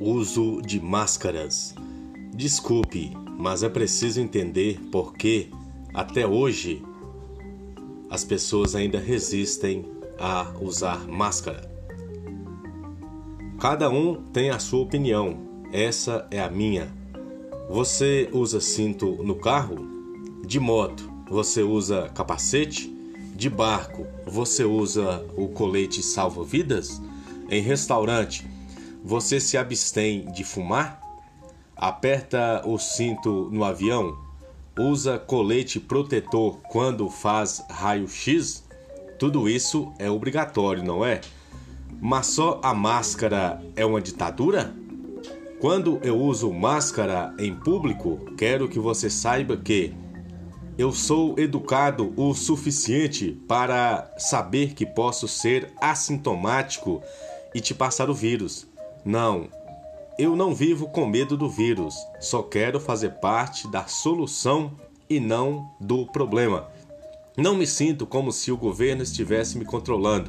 Uso de máscaras. Desculpe, mas é preciso entender por que, até hoje, as pessoas ainda resistem a usar máscara. Cada um tem a sua opinião, essa é a minha. Você usa cinto no carro? De moto, você usa capacete? De barco, você usa o colete salva-vidas? Em restaurante, você se abstém de fumar? Aperta o cinto no avião? Usa colete protetor quando faz raio-x? Tudo isso é obrigatório, não é? Mas só a máscara é uma ditadura? Quando eu uso máscara em público, quero que você saiba que eu sou educado o suficiente para saber que posso ser assintomático e te passar o vírus. Não, eu não vivo com medo do vírus, só quero fazer parte da solução e não do problema. Não me sinto como se o governo estivesse me controlando.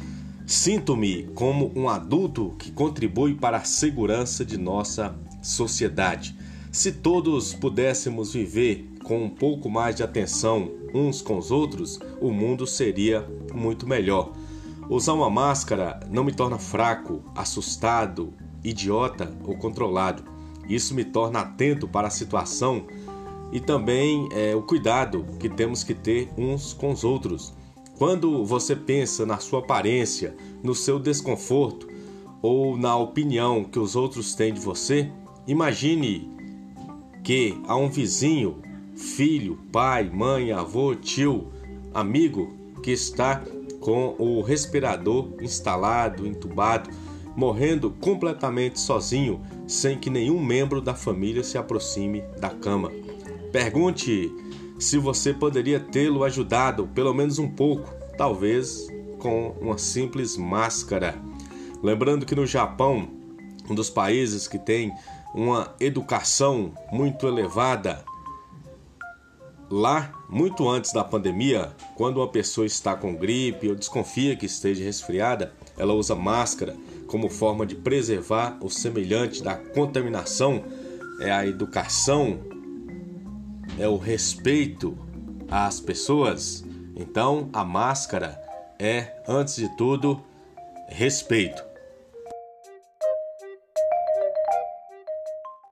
Sinto-me como um adulto que contribui para a segurança de nossa sociedade. Se todos pudéssemos viver com um pouco mais de atenção uns com os outros, o mundo seria muito melhor. Usar uma máscara não me torna fraco, assustado, idiota ou controlado. Isso me torna atento para a situação e também o cuidado que temos que ter uns com os outros. Quando você pensa na sua aparência, no seu desconforto ou na opinião que os outros têm de você, imagine que há um vizinho, filho, pai, mãe, avô, tio, amigo que está com o respirador instalado, entubado, morrendo completamente sozinho, sem que nenhum membro da família se aproxime da cama. Pergunte se você poderia tê-lo ajudado, pelo menos um pouco, talvez com uma simples máscara. Lembrando que no Japão, um dos países que tem uma educação muito elevada, lá, muito antes da pandemia, quando uma pessoa está com gripe ou desconfia que esteja resfriada, ela usa máscara como forma de preservar o semelhante da contaminação. É a educação, é o respeito às pessoas. Então, a máscara é, antes de tudo, respeito.